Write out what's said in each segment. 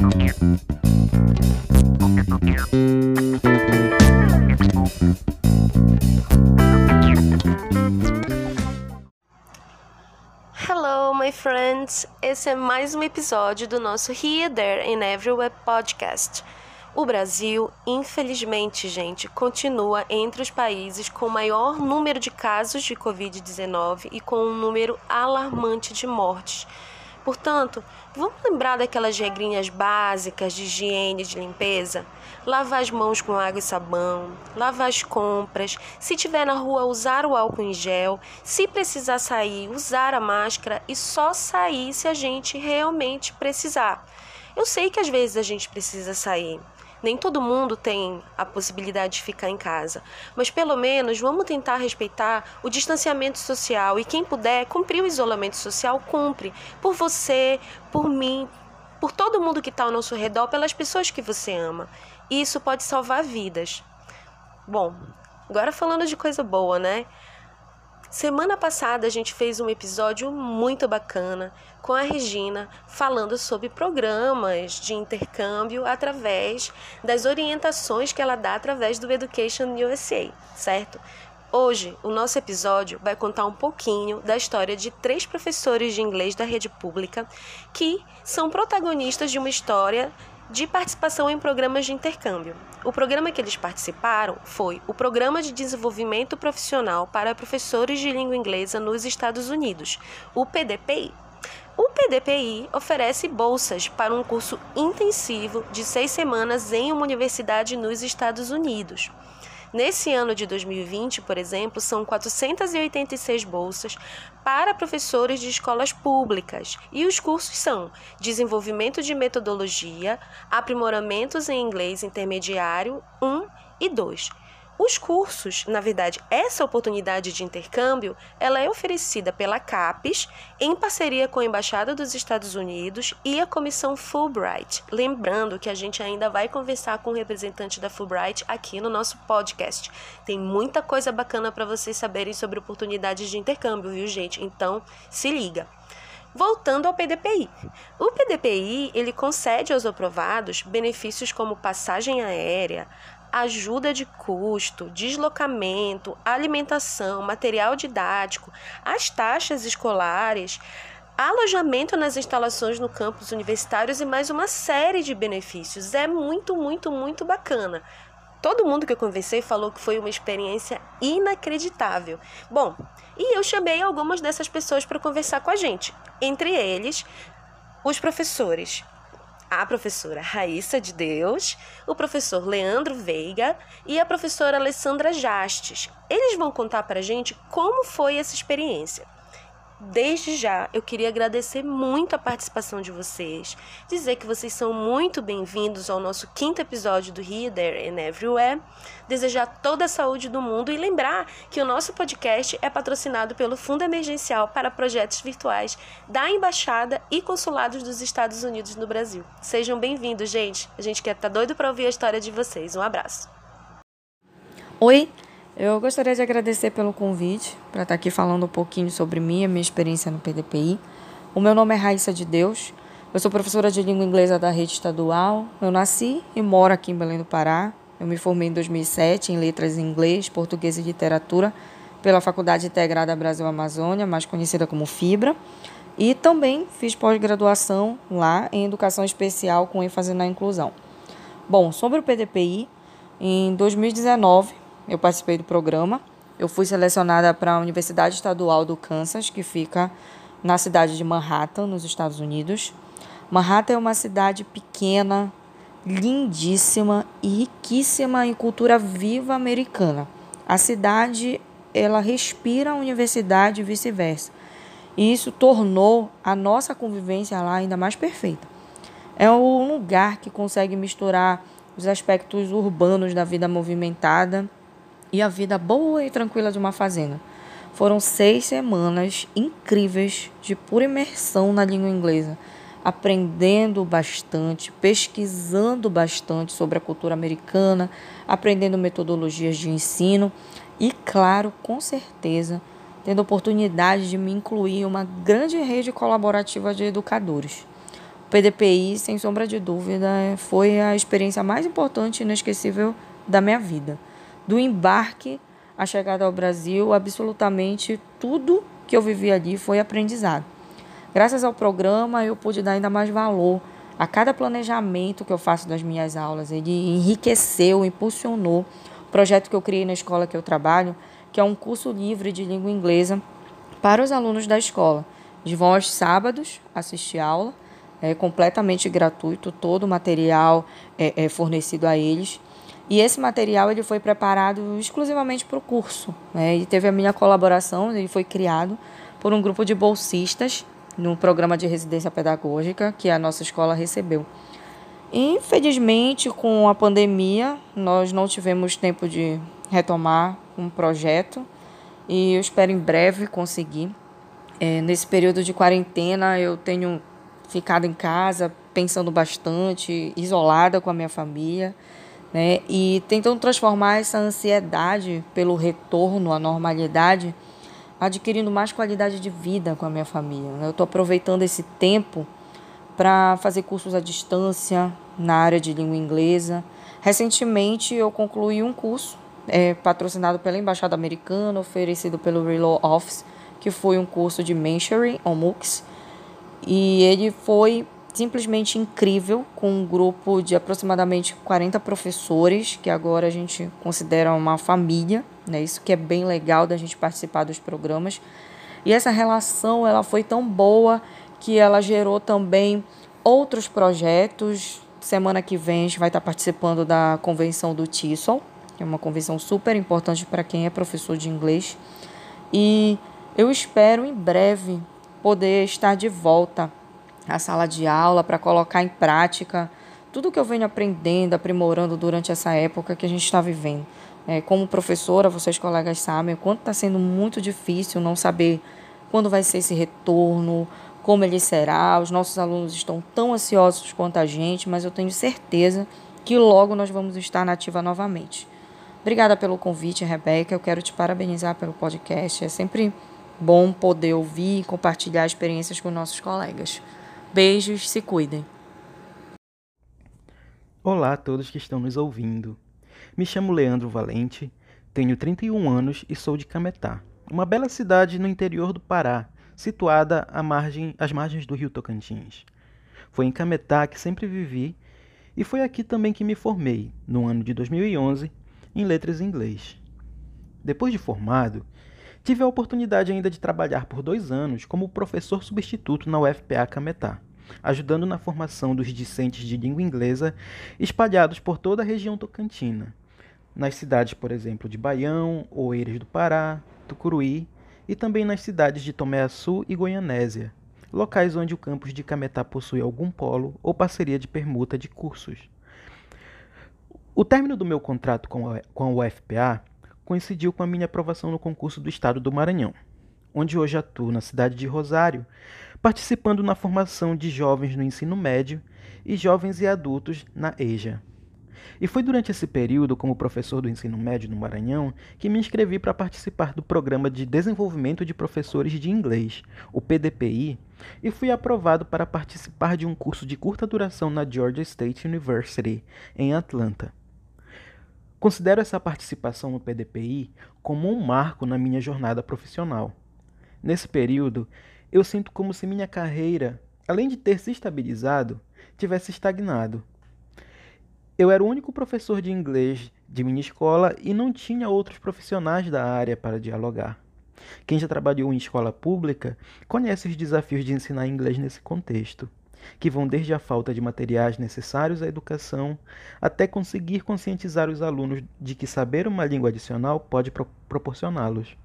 Hello, my friends! Esse é mais um episódio do nosso Here, There and Everywhere podcast. O Brasil, infelizmente, gente, continua entre os países com maior número de casos de Covid-19 e com um número alarmante de mortes. Portanto, vamos lembrar daquelas regrinhas básicas de higiene e de limpeza? Lavar as mãos com água e sabão, lavar as compras, se estiver na rua, usar o álcool em gel, se precisar sair, usar a máscara e só sair se a gente realmente precisar. Eu sei que às vezes a gente precisa sair. Nem todo mundo tem a possibilidade de ficar em casa, mas pelo menos vamos tentar respeitar o distanciamento social e quem puder cumprir o isolamento social, cumpre. Por você, por mim, por todo mundo que está ao nosso redor, pelas pessoas que você ama. Isso pode salvar vidas. Bom, agora falando de coisa boa, né? Semana passada a gente fez um episódio muito bacana com a Regina falando sobre programas de intercâmbio através das orientações que ela dá através do Education USA, certo? Hoje, o nosso episódio vai contar um pouquinho da história de 3 professores de inglês da rede pública que são protagonistas de uma história de participação em programas de intercâmbio. O programa que eles participaram foi o Programa de Desenvolvimento Profissional para Professores de Língua Inglesa nos Estados Unidos, o PDPI. O PDPI oferece bolsas para um curso intensivo de 6 semanas em uma universidade nos Estados Unidos. Nesse ano de 2020, por exemplo, são 486 bolsas para professores de escolas públicas e os cursos são Desenvolvimento de Metodologia, Aprimoramentos em Inglês Intermediário 1 e 2. Os cursos, na verdade, essa oportunidade de intercâmbio, ela é oferecida pela CAPES em parceria com a Embaixada dos Estados Unidos e a Comissão Fulbright. Lembrando que a gente ainda vai conversar com o representante da Fulbright aqui no nosso podcast. Tem muita coisa bacana para vocês saberem sobre oportunidades de intercâmbio, viu, gente? Então, se liga. Voltando ao PDPI. O PDPI, ele concede aos aprovados benefícios como passagem aérea, ajuda de custo, deslocamento, alimentação, material didático, as taxas escolares, alojamento nas instalações no campus universitários e mais uma série de benefícios. É muito, muito, muito bacana. Todo mundo que eu conversei falou que foi uma experiência inacreditável. Bom, e eu chamei algumas dessas pessoas para conversar com a gente. Entre eles, os professores. A professora Raíssa de Deus, o professor Leandro Veiga e a professora Alessandra Jastes. Eles vão contar para a gente como foi essa experiência. Desde já, eu queria agradecer muito a participação de vocês, dizer que vocês são muito bem-vindos ao nosso 5º episódio do Here, There and Everywhere, desejar toda a saúde do mundo e lembrar que o nosso podcast é patrocinado pelo Fundo Emergencial para Projetos Virtuais da Embaixada e Consulados dos Estados Unidos no Brasil. Sejam bem-vindos, gente. A gente quer estar doido para ouvir a história de vocês. Um abraço. Oi! Eu gostaria de agradecer pelo convite para estar aqui falando um pouquinho sobre mim, a minha experiência no PDPI. O meu nome é Raíssa de Deus, eu sou professora de língua inglesa da rede estadual. Eu nasci e moro aqui em Belém do Pará. Eu me formei em 2007 em Letras em Inglês, Português e Literatura pela Faculdade Integrada Brasil-Amazônia, mais conhecida como FIBRA. E também fiz pós-graduação lá em Educação Especial com ênfase na inclusão. Bom, sobre o PDPI, em 2019... eu participei do programa. Eu fui selecionada para a Universidade Estadual do Kansas, que fica na cidade de Manhattan, nos Estados Unidos. Manhattan é uma cidade pequena, lindíssima e riquíssima em cultura viva americana. A cidade, ela respira a universidade e vice-versa. E isso tornou a nossa convivência lá ainda mais perfeita. É um lugar que consegue misturar os aspectos urbanos da vida movimentada e a vida boa e tranquila de uma fazenda. Foram 6 semanas incríveis de pura imersão na língua inglesa, aprendendo bastante, pesquisando bastante sobre a cultura americana, aprendendo metodologias de ensino e, claro, com certeza, tendo a oportunidade de me incluir em uma grande rede colaborativa de educadores. O PDPI, sem sombra de dúvida, foi a experiência mais importante e inesquecível da minha vida. Do embarque à chegada ao Brasil, absolutamente tudo que eu vivi ali foi aprendizado. Graças ao programa, eu pude dar ainda mais valor a cada planejamento que eu faço das minhas aulas. Ele enriqueceu, impulsionou o projeto que eu criei na escola que eu trabalho, que é um curso livre de língua inglesa para os alunos da escola. Eles vão aos sábados assistir aula, é completamente gratuito, todo o material é fornecido a eles. E esse material ele foi preparado exclusivamente para o curso, né? E teve a minha colaboração, ele foi criado por um grupo de bolsistas no programa de residência pedagógica que a nossa escola recebeu. Infelizmente, com a pandemia, nós não tivemos tempo de retomar um projeto e eu espero em breve conseguir. Nesse período de quarentena, eu tenho ficado em casa pensando bastante, isolada com a minha família, né? E tentando transformar essa ansiedade pelo retorno à normalidade, adquirindo mais qualidade de vida com a minha família, né? Eu estou aproveitando esse tempo para fazer cursos à distância na área de língua inglesa. Recentemente, eu concluí um curso patrocinado pela Embaixada Americana, oferecido pelo Relo Office, que foi um curso de Mentoring on MOOCs. E ele foi simplesmente incrível, com um grupo de aproximadamente 40 professores, que agora a gente considera uma família, né? Isso que é bem legal da gente participar dos programas. E essa relação ela foi tão boa que ela gerou também outros projetos. Semana que vem a gente vai estar participando da convenção do TESOL, que é uma convenção super importante para quem é professor de inglês. E eu espero em breve poder estar de volta à sala de aula para colocar em prática tudo que eu venho aprendendo, aprimorando durante essa época que a gente está vivendo. Como professora, vocês colegas sabem o quanto está sendo muito difícil não saber quando vai ser esse retorno, como ele será. Os nossos alunos estão tão ansiosos quanto a gente, mas eu tenho certeza que logo nós vamos estar na ativa novamente. Obrigada pelo convite, Rebeca. Eu quero te parabenizar pelo podcast. É sempre bom poder ouvir e compartilhar experiências com nossos colegas. Beijos, se cuidem. Olá a todos que estão nos ouvindo. Me chamo Leandro Valente, tenho 31 anos e sou de Cametá, uma bela cidade no interior do Pará, situada às margens do rio Tocantins. Foi em Cametá que sempre vivi e foi aqui também que me formei, no ano de 2011, em letras em inglês. Depois de formado, tive a oportunidade ainda de trabalhar por 2 anos como professor substituto na UFPA Cametá, ajudando na formação dos discentes de língua inglesa espalhados por toda a região tocantina, nas cidades, por exemplo, de Baião, Oeiras do Pará, Tucuruí e também nas cidades de Tomé-Açu e Goianésia, locais onde o campus de Cametá possui algum polo ou parceria de permuta de cursos. O término do meu contrato com a UFPA coincidiu com a minha aprovação no concurso do Estado do Maranhão, onde hoje atuo na cidade de Rosário, participando na formação de jovens no ensino médio e jovens e adultos na EJA. E foi durante esse período, como professor do ensino médio no Maranhão, que me inscrevi para participar do Programa de Desenvolvimento de Professores de Inglês, o PDPI, e fui aprovado para participar de um curso de curta duração na Georgia State University, em Atlanta. Considero essa participação no PDPI como um marco na minha jornada profissional. Nesse período, eu sinto como se minha carreira, além de ter se estabilizado, tivesse estagnado. Eu era o único professor de inglês de minha escola e não tinha outros profissionais da área para dialogar. Quem já trabalhou em escola pública conhece os desafios de ensinar inglês nesse contexto, que vão desde a falta de materiais necessários à educação até conseguir conscientizar os alunos de que saber uma língua adicional pode proporcioná-los.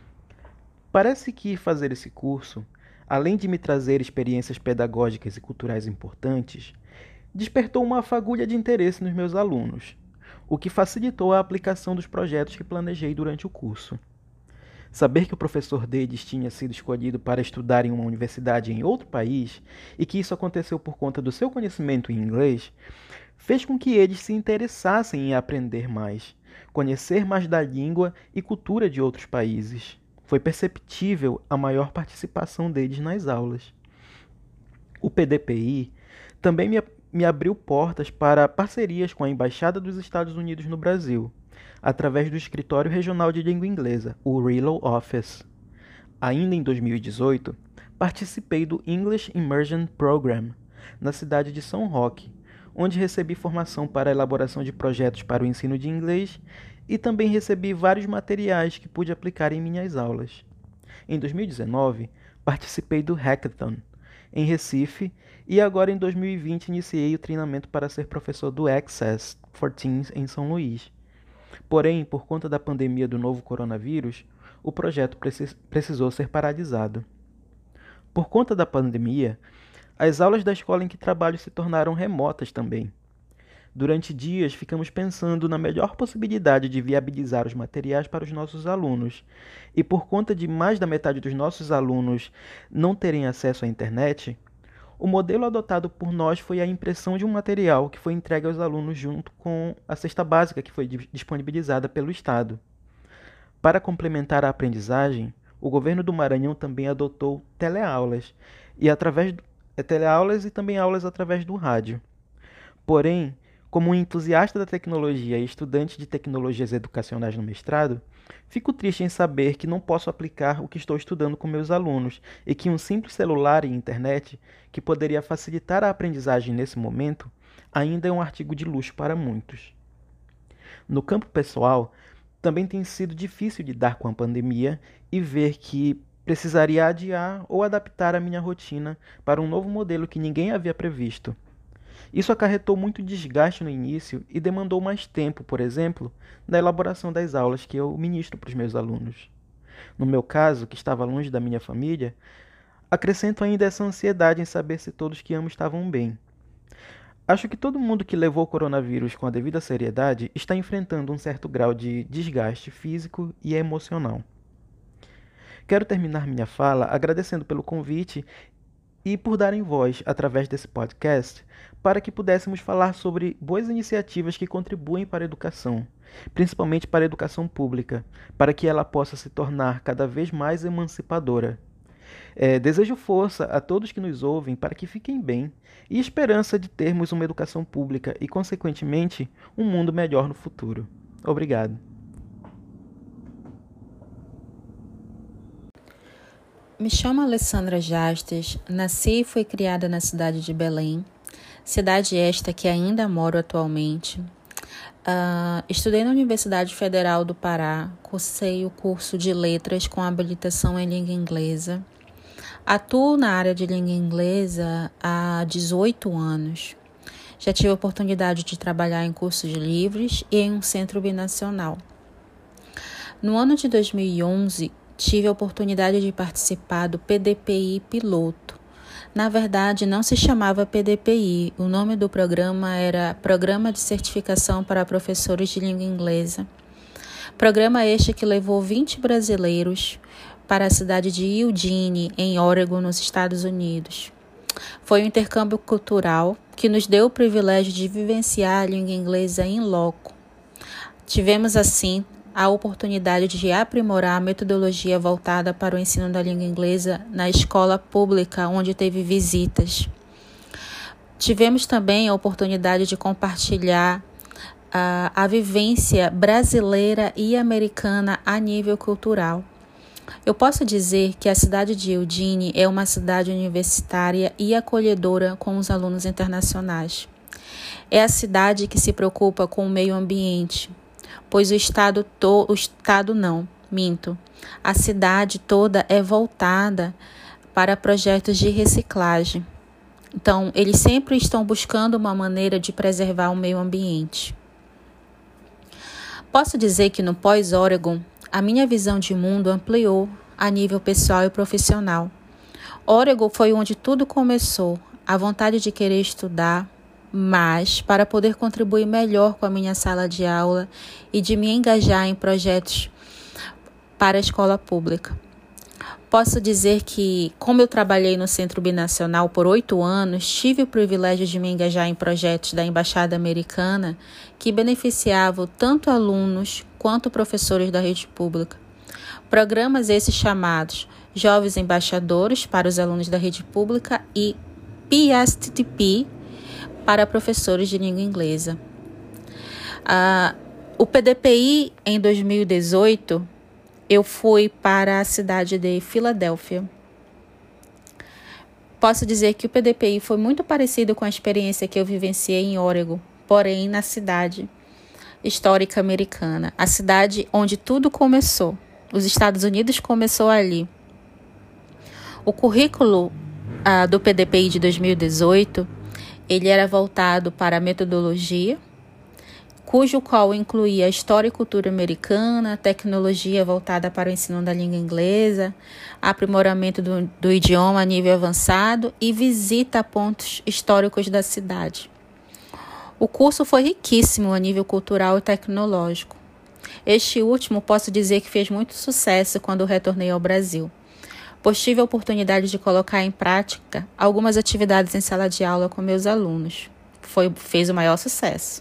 Parece que fazer esse curso, além de me trazer experiências pedagógicas e culturais importantes, despertou uma fagulha de interesse nos meus alunos, o que facilitou a aplicação dos projetos que planejei durante o curso. Saber que o professor deles tinha sido escolhido para estudar em uma universidade em outro país e que isso aconteceu por conta do seu conhecimento em inglês, fez com que eles se interessassem em aprender mais, conhecer mais da língua e cultura de outros países. Foi perceptível a maior participação deles nas aulas. O PDPI Também me abriu portas para parcerias com a Embaixada dos Estados Unidos no Brasil, através do Escritório Regional de Língua Inglesa, o RELO Office. Ainda em 2018, participei do English Immersion Program, na cidade de São Roque, onde recebi formação para a elaboração de projetos para o ensino de inglês e também recebi vários materiais que pude aplicar em minhas aulas. Em 2019, participei do Hackathon, em Recife, e agora em 2020 iniciei o treinamento para ser professor do Access for Teens em São Luís. Porém, por conta da pandemia do novo coronavírus, o projeto precisou ser paralisado. Por conta da pandemia, as aulas da escola em que trabalho se tornaram remotas também. Durante dias, ficamos pensando na melhor possibilidade de viabilizar os materiais para os nossos alunos. E por conta de mais da metade dos nossos alunos não terem acesso à internet, o modelo adotado por nós foi a impressão de um material que foi entregue aos alunos junto com a cesta básica que foi disponibilizada pelo Estado. Para complementar a aprendizagem, o governo do Maranhão também adotou teleaulas e também aulas através do rádio. Porém, como um entusiasta da tecnologia e estudante de tecnologias educacionais no mestrado, fico triste em saber que não posso aplicar o que estou estudando com meus alunos e que um simples celular e internet, que poderia facilitar a aprendizagem nesse momento, ainda é um artigo de luxo para muitos. No campo pessoal, também tem sido difícil lidar com a pandemia e ver que precisaria adiar ou adaptar a minha rotina para um novo modelo que ninguém havia previsto. Isso acarretou muito desgaste no início e demandou mais tempo, por exemplo, na elaboração das aulas que eu ministro para os meus alunos. No meu caso, que estava longe da minha família, acrescento ainda essa ansiedade em saber se todos que amo estavam bem. Acho que todo mundo que levou o coronavírus com a devida seriedade está enfrentando um certo grau de desgaste físico e emocional. Quero terminar minha fala agradecendo pelo convite e por darem voz, através desse podcast, para que pudéssemos falar sobre boas iniciativas que contribuem para a educação, principalmente para a educação pública, para que ela possa se tornar cada vez mais emancipadora. Desejo força a todos que nos ouvem para que fiquem bem e esperança de termos uma educação pública e, consequentemente, um mundo melhor no futuro. Obrigado. Me chamo Alessandra Jastes, nasci e fui criada na cidade de Belém, cidade esta que ainda moro atualmente. Estudei na Universidade Federal do Pará, cursei o curso de Letras com habilitação em língua inglesa. Atuo na área de língua inglesa há 18 anos. Já tive a oportunidade de trabalhar em cursos livres e em um centro binacional. No ano de 2011, tive a oportunidade de participar do PDPI Piloto. Na verdade, não se chamava PDPI, o nome do programa era Programa de Certificação para Professores de Língua Inglesa. Programa este que levou 20 brasileiros para a cidade de Eugene, em Oregon, nos Estados Unidos. Foi um intercâmbio cultural que nos deu o privilégio de vivenciar a língua inglesa in loco. Tivemos, assim, a oportunidade de aprimorar a metodologia voltada para o ensino da língua inglesa na escola pública, onde teve visitas. Tivemos também a oportunidade de compartilhar a vivência brasileira e americana a nível cultural. Eu posso dizer que a cidade de Eugene é uma cidade universitária e acolhedora com os alunos internacionais. É a cidade que se preocupa com o meio ambiente, pois a cidade toda é voltada para projetos de reciclagem. Então, eles sempre estão buscando uma maneira de preservar o meio ambiente. Posso dizer que no pós-Oregon, a minha visão de mundo ampliou a nível pessoal e profissional. Oregon foi onde tudo começou, a vontade de querer estudar mais para poder contribuir melhor com a minha sala de aula e de me engajar em projetos para a escola pública. Posso dizer que, como eu trabalhei no Centro Binacional por 8 anos, tive o privilégio de me engajar em projetos da Embaixada Americana que beneficiavam tanto alunos quanto professores da rede pública. Programas esses chamados Jovens Embaixadores para os alunos da rede pública e PSTP, para professores de língua inglesa. O PDPI, em 2018, eu fui para a cidade de Filadélfia. Posso dizer que o PDPI foi muito parecido com a experiência que eu vivenciei em Oregon, porém na cidade histórica americana, a cidade onde tudo começou. Os Estados Unidos começou ali. O currículo do PDPI de 2018, ele era voltado para a metodologia, cujo qual incluía história e cultura americana, tecnologia voltada para o ensino da língua inglesa, aprimoramento do idioma a nível avançado e visita a pontos históricos da cidade. O curso foi riquíssimo a nível cultural e tecnológico. Este último posso dizer que fez muito sucesso quando retornei ao Brasil, pois tive a oportunidade de colocar em prática algumas atividades em sala de aula com meus alunos. Fez o maior sucesso.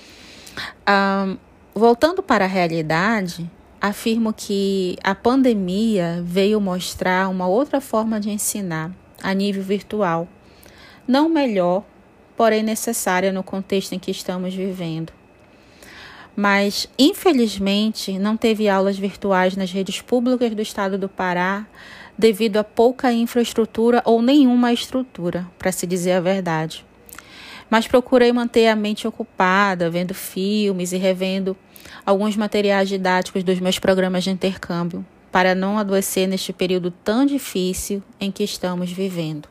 Voltando para a realidade, afirmo que a pandemia veio mostrar uma outra forma de ensinar a nível virtual, não melhor, porém necessária no contexto em que estamos vivendo. Mas, infelizmente, não teve aulas virtuais nas redes públicas do estado do Pará devido a pouca infraestrutura ou nenhuma estrutura, para se dizer a verdade. Mas procurei manter a mente ocupada, vendo filmes e revendo alguns materiais didáticos dos meus programas de intercâmbio, para não adoecer neste período tão difícil em que estamos vivendo.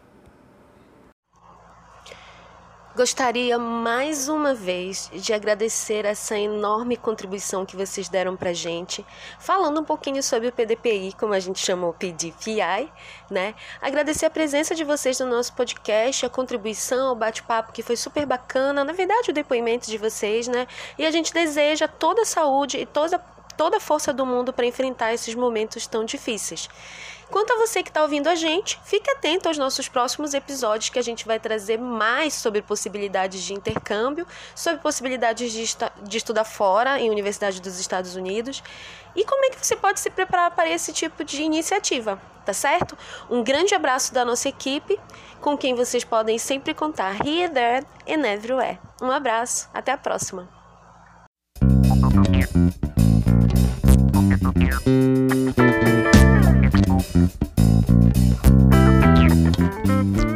Gostaria mais uma vez de agradecer essa enorme contribuição que vocês deram para a gente, falando um pouquinho sobre o PDPI, como a gente chamou PDPI, né? Agradecer a presença de vocês no nosso podcast, a contribuição, o bate-papo que foi super bacana, na verdade o depoimento de vocês, né? E a gente deseja toda a saúde e toda a força do mundo para enfrentar esses momentos tão difíceis. Quanto a você que está ouvindo a gente, fique atento aos nossos próximos episódios que a gente vai trazer mais sobre possibilidades de intercâmbio, sobre possibilidades de estudar fora em Universidade dos Estados Unidos e como é que você pode se preparar para esse tipo de iniciativa, tá certo? Um grande abraço da nossa equipe, com quem vocês podem sempre contar here, there and everywhere. Um abraço, até a próxima! Thank you.